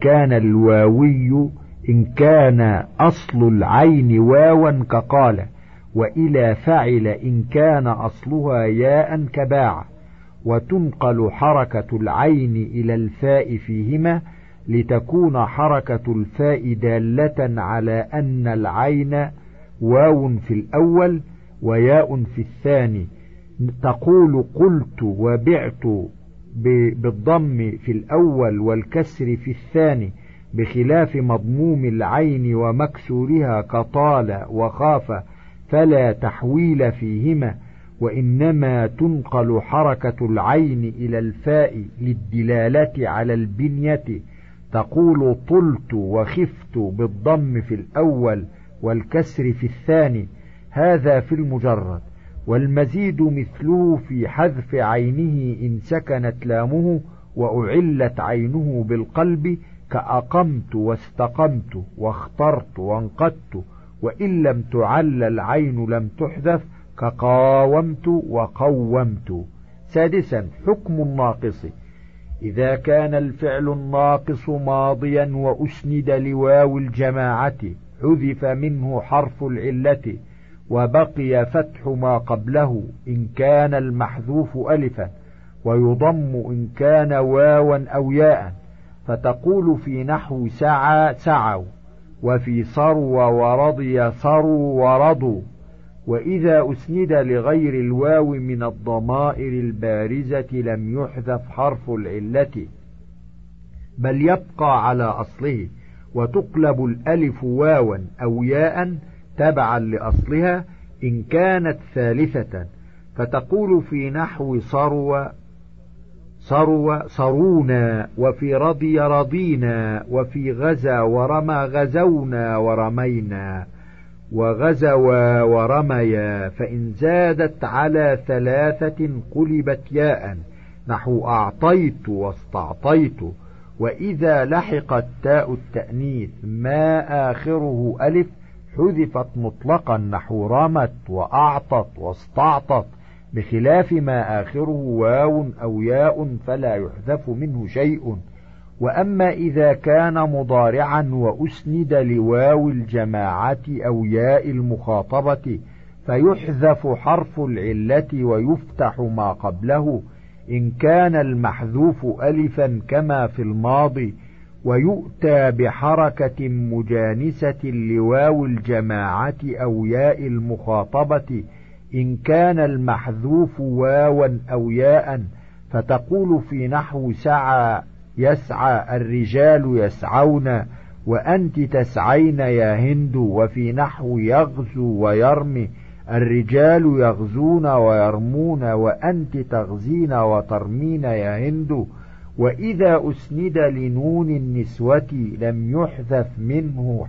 إن كان أصل العين واوا كقال، وإلى فعل إن كان أصلها ياء كباع. وتنقل حركة العين إلى الفاء فيهما لتكون حركة الفاء دالة على أن العين واو في الأول وياء في الثاني. تقول قلت وبعت بالضم في الأول والكسر في الثاني، بخلاف مضموم العين ومكسورها كطال وخاف فلا تحويل فيهما، وإنما تنقل حركة العين إلى الفاء للدلالة على البنية. تقول طلت وخفت بالضم في الأول والكسر في الثاني، هذا في المجرد. والمزيد مثله في حذف عينه إن سكنت لامه وأعلت عينه بالقلب، كأقمت واستقمت واخترت وانقدت، وإن لم تعل العين لم تحذف، كقاومت وقومت. سادسا حكم الناقص إذا كان الفعل الناقص ماضيا وأسند لواو الجماعة حذف منه حرف العلة، وبقي فتح ما قبله إن كان المحذوف ألفا، ويضم إن كان واوا أو ياء. فتقول في نحو سعى سعوا، وفي صروا ورضي صروا ورضوا. وإذا أسند لغير الواو من الضمائر البارزة لم يحذف حرف العلة، بل يبقى على أصله، وتقلب الألف واوا أو ياء تبعا لأصلها إن كانت ثالثة. فتقول في نحو صروا صرونا، وفي رضي رضينا، وفي غزا ورمى غزونا ورمينا، وغزوا ورميا. فإن زادت على ثلاثة قلبت ياء نحو أعطيت واستعطيت. وإذا لحقت تاء التأنيث ما آخره ألف حذفت مطلقا نحو رمت وأعطت واستعطت، بخلاف ما آخره واو أو ياء فلا يحذف منه شيء. وأما إذا كان مضارعا وأسند لواو الجماعة أو ياء المخاطبة فيحذف حرف العلة ويفتح ما قبله إن كان المحذوف ألفا كما في الماضي، ويؤتى بحركة مجانسة لواو الجماعة أو ياء المخاطبة إن كان المحذوف واوا أو ياء. فتقول في نحو سعى يسعى الرجال يسعون، وأنت تسعين يا هند. وفي نحو يغزو ويرمي الرجال يغزون ويرمون، وأنت تغزين وترمين يا هند. وإذا أسند لنون النسوة لم يحذف منه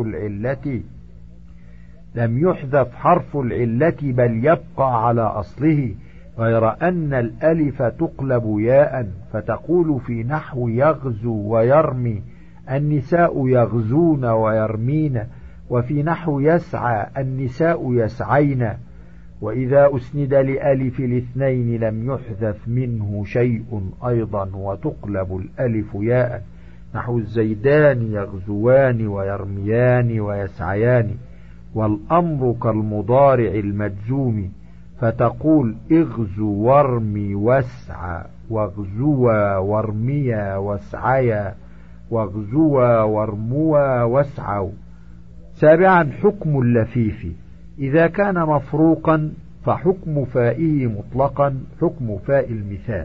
حرف العلة بل يبقى على أصله، غير أن الألف تقلب ياء فتقول في نحو يغزو ويرمي النساء يغزون ويرمين، وفي نحو يسعى النساء يسعين. وإذا أسند لألف الاثنين لم يحذف منه شيء أيضا وتقلب الألف ياء، نحو الزيدان يغزوان ويرميان ويسعيان. والأمر كالمضارع المجزوم فتقول اغزو وارمي واسعى، واغزوا وارميا واسعيا، واغزوا وارموا واسعوا. 7. حكم اللفيف: إذا كان مفروقا فحكم فائه مطلقا حكم فاء المثال،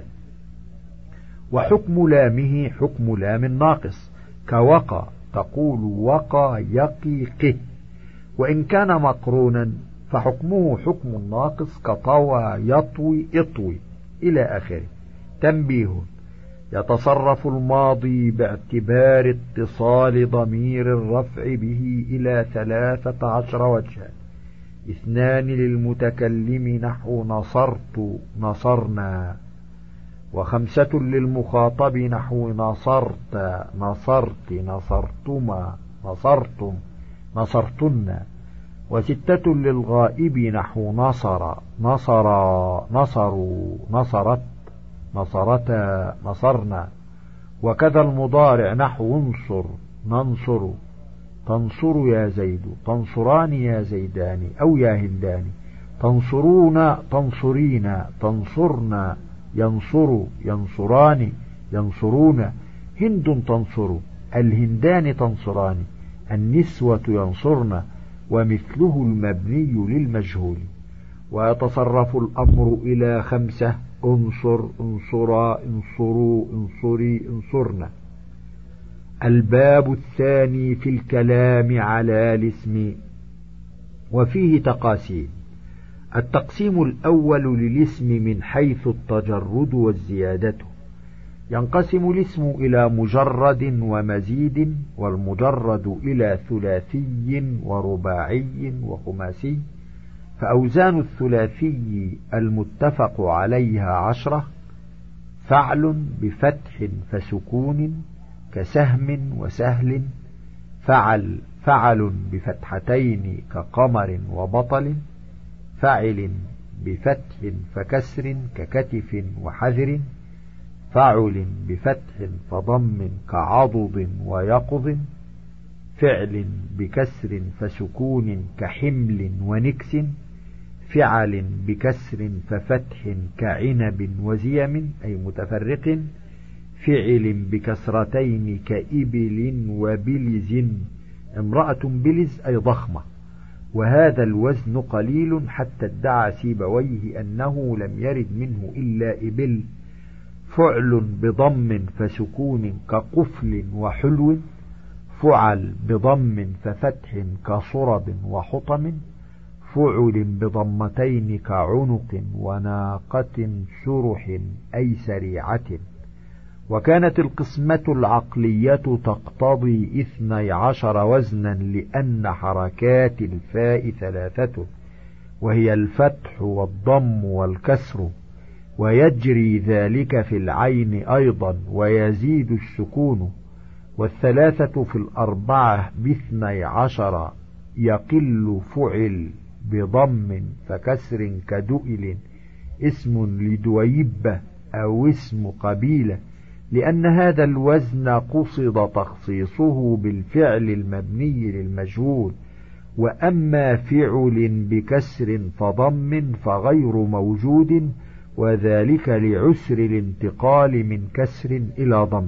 وحكم لامه حكم لام الناقص، كوقى تقول وقى يقي قه. وإن كان مقرونا فحكمه حكم الناقص، كطوى يطوي اطوي إلى آخره. تنبيه: يتصرف الماضي باعتبار اتصال ضمير الرفع به إلى 13 وجها: 2 للمتكلم نحو نصرت نصرنا، 5 للمخاطب نحو نصرت نصرت نصرتما نصرتم نصرتن، 6 للغائب نحو نصر نصرا نصروا نصرت نصرتا نصرنا. وكذا المضارع نحو انصر ننصر، تنصر يا زيد، تنصران يا زيدان أو يا هندان، تنصرون تنصرين، تنصرن ينصر ينصران ينصرون، هند تنصر، الهندان تنصران، النسوة ينصرن، ومثله المبني للمجهول. ويتصرف الأمر إلى 5: انصر انصرا انصروا انصري انصرنا. الباب الثاني في الكلام على الاسم، وفيه تقاسيم. التقسيم الأول للاسم من حيث التجرد والزيادة: ينقسم الاسم إلى مجرد ومزيد، والمجرد إلى ثلاثي ورباعي وخماسي. فأوزان الثلاثي المتفق عليها 10: فعل بفتح فسكون كسهم وسهل، فعل بفتحتين كقمر وبطل، فعل بفتح فكسر ككتف وحذر، فعل بفتح فضم كعضد ويقظ، فعل بكسر فسكون كحمل ونكس، فعل بكسر ففتح كعنب وزيم أي متفرق، فعل بكسرتين كإبل وبلز، امرأة بلز أي ضخمة. وهذا الوزن قليل حتى ادعى سيبويه أنه لم يرد منه إلا إبل. فعل بضم فسكون كقفل وحلو، فعل بضم ففتح كصرب وحطم، فعل بضمتين كعنق وناقة شرح أي سريعة. وكانت القسمة العقلية تقتضي 12 وزنا، لأن حركات الفاء 3، وهي الفتح والضم والكسر، ويجري ذلك في العين أيضا، ويزيد السكون. 3 في 4 ب12 يقل فعل بضم فكسر كدؤل اسم لدويبة أو اسم قبيلة، لأن هذا الوزن قصد تخصيصه بالفعل المبني للمجهول. وأما فعل بكسر فضم فغير موجود، وذلك لعسر الانتقال من كسر إلى ضم.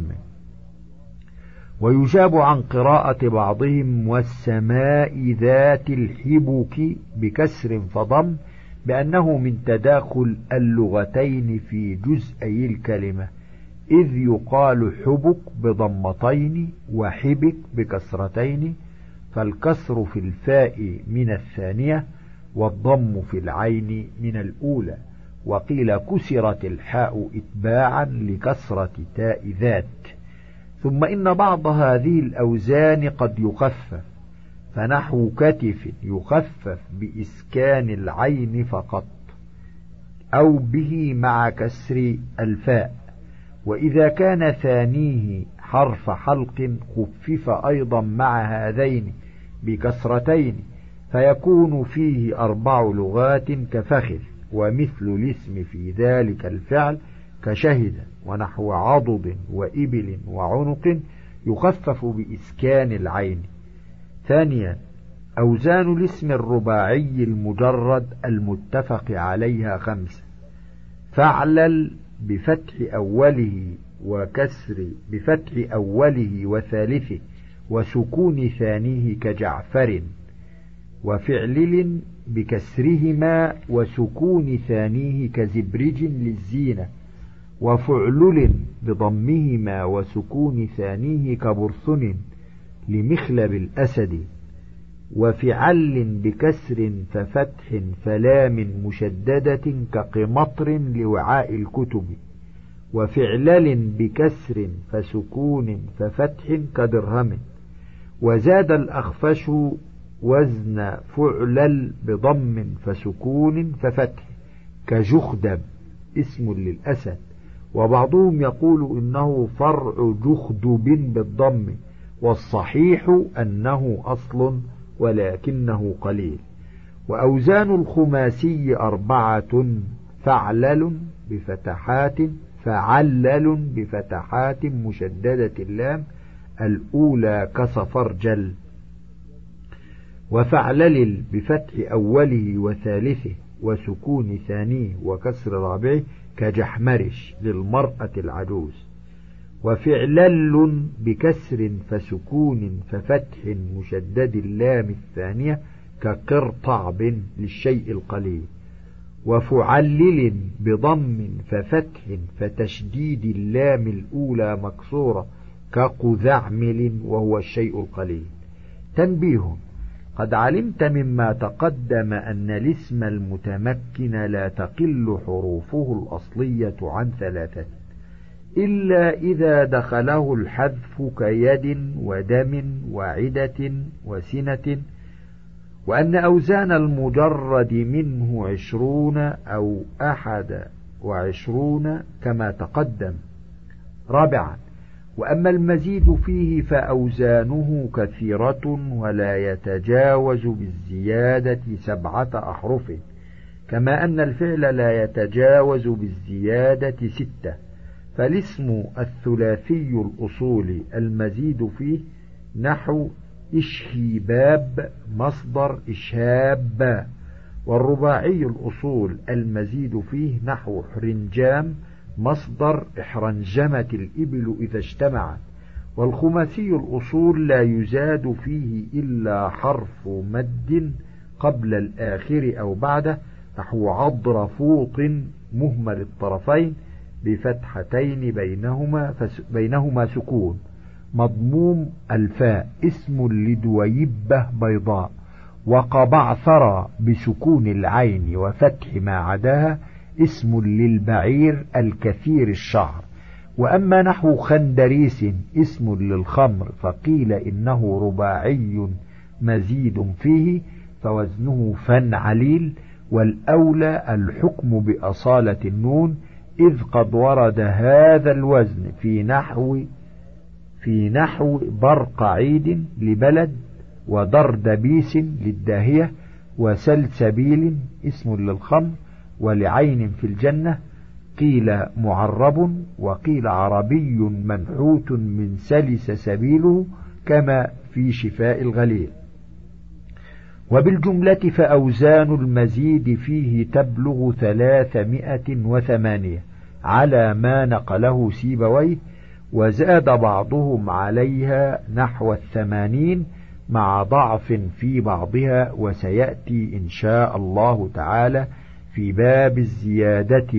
ويجاب عن قراءة بعضهم والسماء ذات الحبك بكسر فضم بأنه من تداخل اللغتين في جزئي الكلمة، إذ يقال حبك بضمتين وحبك بكسرتين، فالكسر في الفاء من الثانية والضم في العين من الأولى. وقيل كسرت الحاء إتباعا لكسرة تاء ذات. ثم إن بعض هذه الأوزان قد يخفف، فنحو كتف يخفف بإسكان العين فقط أو به مع كسر الفاء، وإذا كان ثانيه حرف حلق خفف أيضا مع هذين بكسرتين، فيكون فيه 4 لغات كفخذ، ومثل الاسم في ذلك الفعل كشهد، ونحو عضد وإبل وعنق يخفف بإسكان العين. ثانيا، أوزان الاسم الرباعي المجرد المتفق عليها 5: فاعلل بفتح أوله وثالثه وسكون ثانيه كجعفر، وفعلل بكسرهما وسكون ثانيه كزبرج للزينة، وفعلل بضمهما وسكون ثانيه كبرثن لمخلب الأسد، وفعل بكسر ففتح فلام مشددة كقمطر لوعاء الكتب، وفعلل بكسر فسكون ففتح كدرهم. وزاد الأخفش وزن فعلل بضم فسكون ففتح كجخدب اسم للأسد، وبعضهم يقول إنه فرع جخدب بالضم، والصحيح أنه أصل ولكنه قليل. وأوزان الخماسي 4: فعلل بفتحات، فعلل بفتحات مشددة اللام الأولى كصفرجل، وفعلل بفتح أوله وثالثه وسكون ثانيه وكسر رابعه كجحمرش للمرأة العجوز، وفعلل بكسر فسكون ففتح مشدد اللام الثانية كقرطعب للشيء القليل، وفعلل بضم ففتح فتشديد اللام الأولى مكسورة كقذعمل وهو الشيء القليل. تنبيه: قد علمت مما تقدم أن الاسم المتمكن لا تقل حروفه الأصلية عن 3، إلا إذا دخله الحذف كيد ودم وعدة وسنة، وأن أوزان المجرد منه 20 أو 21 كما تقدم. رابعا، وأما المزيد فيه فأوزانه كثيرة ولا يتجاوز بالزيادة 7 أحرف، كما أن الفعل لا يتجاوز بالزيادة 6. فالاسم الثلاثي الأصول المزيد فيه نحو إشهيباب مصدر إشهاب، والرباعي الأصول المزيد فيه نحو حرنجام مصدر احرنجمت الإبل إذا اجتمعت، والخماسي الأصول لا يزاد فيه إلا حرف مد قبل الآخر أو بعده، نحو عضرفوط مهمل الطرفين بفتحتين بينهما سكون، مضموم الفاء اسم لدويبة بيضاء، وقبعثر بسكون العين وفتح ما عداها اسم للبعير الكثير الشعر. وأما نحو خندريس اسم للخمر فقيل إنه رباعي مزيد فيه فوزنه فنعليل، والأولى الحكم بأصالة النون، إذ قد ورد هذا الوزن في نحو برقعيد لبلد، ودردبيس للداهية، وسلسبيل اسم للخمر، ولعين في الجنة. قيل معرب وقيل عربي منحوت من سلس سبيله كما في شفاء الغليل. وبالجملة فأوزان المزيد فيه تبلغ 308 على ما نقله سيبويه، وزاد بعضهم عليها نحو 80 مع ضعف في بعضها، وسيأتي إن شاء الله تعالى في باب الزيادة.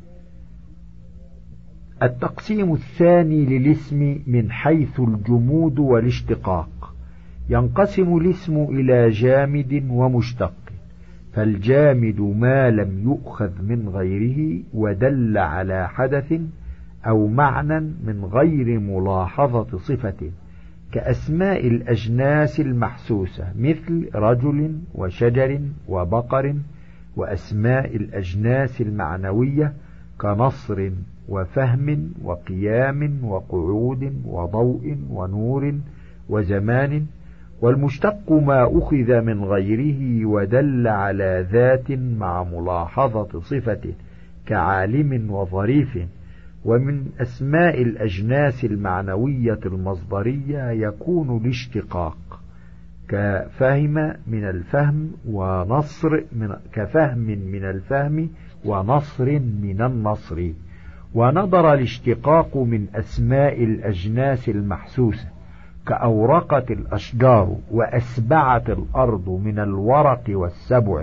التقسيم الثاني للاسم من حيث الجمود والاشتقاق: ينقسم الاسم إلى جامد ومشتق، فالجامد ما لم يؤخذ من غيره ودل على حدث أو معنى من غير ملاحظة صفته، كأسماء الأجناس المحسوسة مثل رجل وشجر وبقر، وأسماء الأجناس المعنوية كنصر وفهم وقيام وقعود وضوء ونور وزمان. والمشتق ما أخذ من غيره ودل على ذات مع ملاحظة صفته كعالم وظريف. ومن أسماء الأجناس المعنوية المصدرية يكون الاشتقاق كفهم من الفهم ونصر كفهم من الفهم ونصر من النصر. ونظر الاشتقاق من أسماء الأجناس المحسوسة كأورقت الأشجار وأسبعت الأرض من الورق والسبع،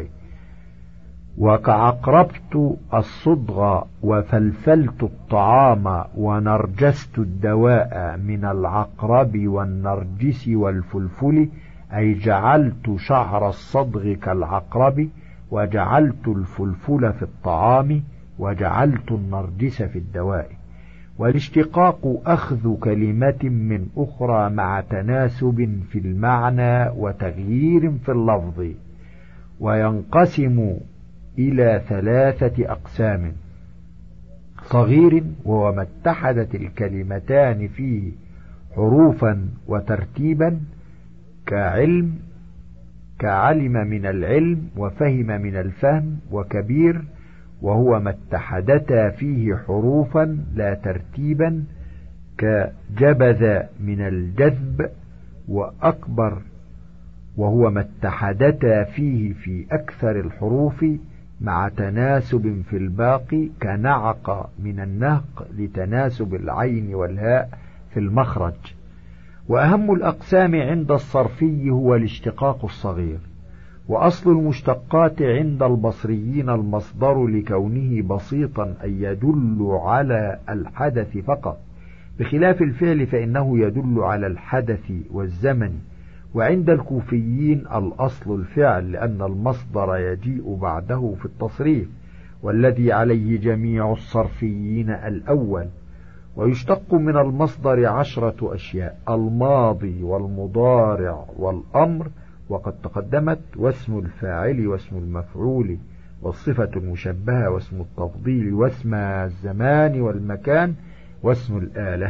وكعقربت الصدغ وفلفلت الطعام ونرجست الدواء من العقرب والنرجس والفلفل، أي جعلت شعر الصدغ كالعقرب وجعلت الفلفل في الطعام وجعلت النرجس في الدواء. والاشتقاق أخذ كلمة من أخرى مع تناسب في المعنى وتغيير في اللفظ، وينقسم إلى 3 أقسام: صغير وهو ما اتحدت الكلمتان فيه حروفا وترتيبا كعلم كعلم من العلم وفهم من الفهم. وكبير وهو ما اتحدتا فيه حروفا لا ترتيبا كجبذ من الجذب. وأكبر وهو ما اتحدتا فيه في أكثر الحروف مع تناسب في الباقي كنعق من النهق لتناسب العين والهاء في المخرج. وأهم الأقسام عند الصرفي هو الاشتقاق الصغير. وأصل المشتقات عند البصريين المصدر لكونه بسيطا أي يدل على الحدث فقط، بخلاف الفعل فإنه يدل على الحدث والزمن. وعند الكوفيين الأصل الفعل لأن المصدر يجيء بعده في التصريف، والذي عليه جميع الصرفيين الأول. ويشتق من المصدر 10 أشياء: الماضي والمضارع والأمر وقد تقدمت، واسم الفاعل واسم المفعول والصفة المشبهة واسم التفضيل واسم الزمان والمكان واسم الآلة.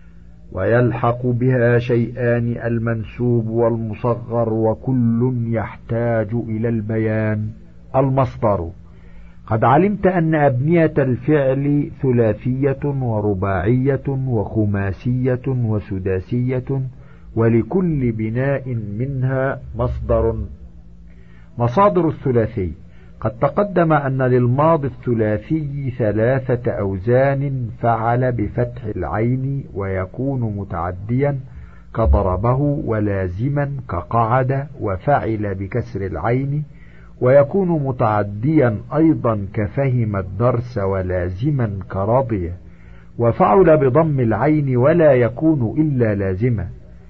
ويلحق بها شيئان: المنسوب والمصغر، وكل يحتاج إلى البيان. المصدر: قد علمت أن أبنية الفعل ثلاثية ورباعية وخماسية وسداسية، ولكل بناء منها مصدر. مصادر الثلاثي: قد تقدم أن للماضي الثلاثي 3 أوزان: فعل بفتح العين ويكون متعديا كضربه، ولازما كقعد، وفعل بكسر العين ويكون متعديا أيضا كفهم الدرس، ولازما كرضي، وفعل بضم العين ولا يكون إلا لازما.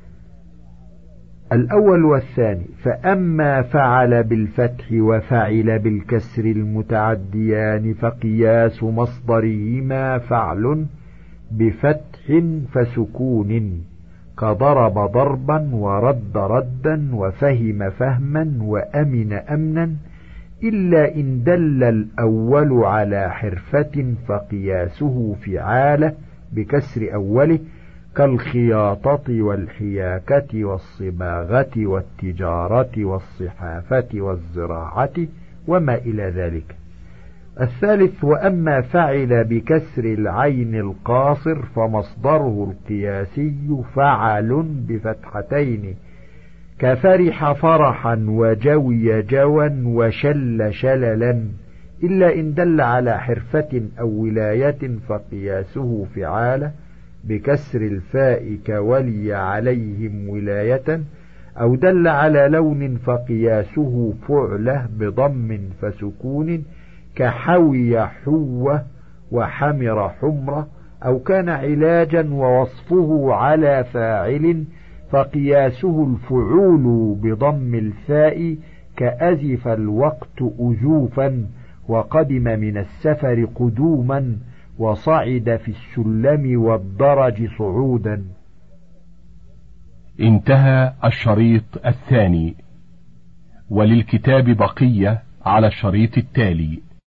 الأول والثاني: فأما فعل بالفتح وفعل بالكسر المتعديان فقياس مصدرهما فعل بفتح فسكون، كضرب ضربا ورد ردا وفهم فهما وأمن أمنا، إلا إن دل الأول على حرفة فقياسه فعالة بكسر أوله، كالخياطة والحياكة والصباغة والتجارة والصحافة والزراعة وما إلى ذلك. الثالث: وأما فعل بكسر العين القاصر فمصدره القياسي فعل بفتحتين، كفرح فرحا وجوي جوا وشل شللا، إلا إن دل على حرفة أو ولاية فقياسه فعالة بكسر الفاء كولي عليهم ولاية، أو دل على لون فقياسه فعله بضم فسكون، كحوي حوة وحمر حمرة، أو كان علاجا ووصفه على فاعل فقياسه الفعول بضم الفاء كأزف الوقت أزوفا وقدم من السفر قدوما وصعد في السلم والدرج صعودا.
انتهى الشريط الثاني، وللكتاب بقية على الشريط التالي.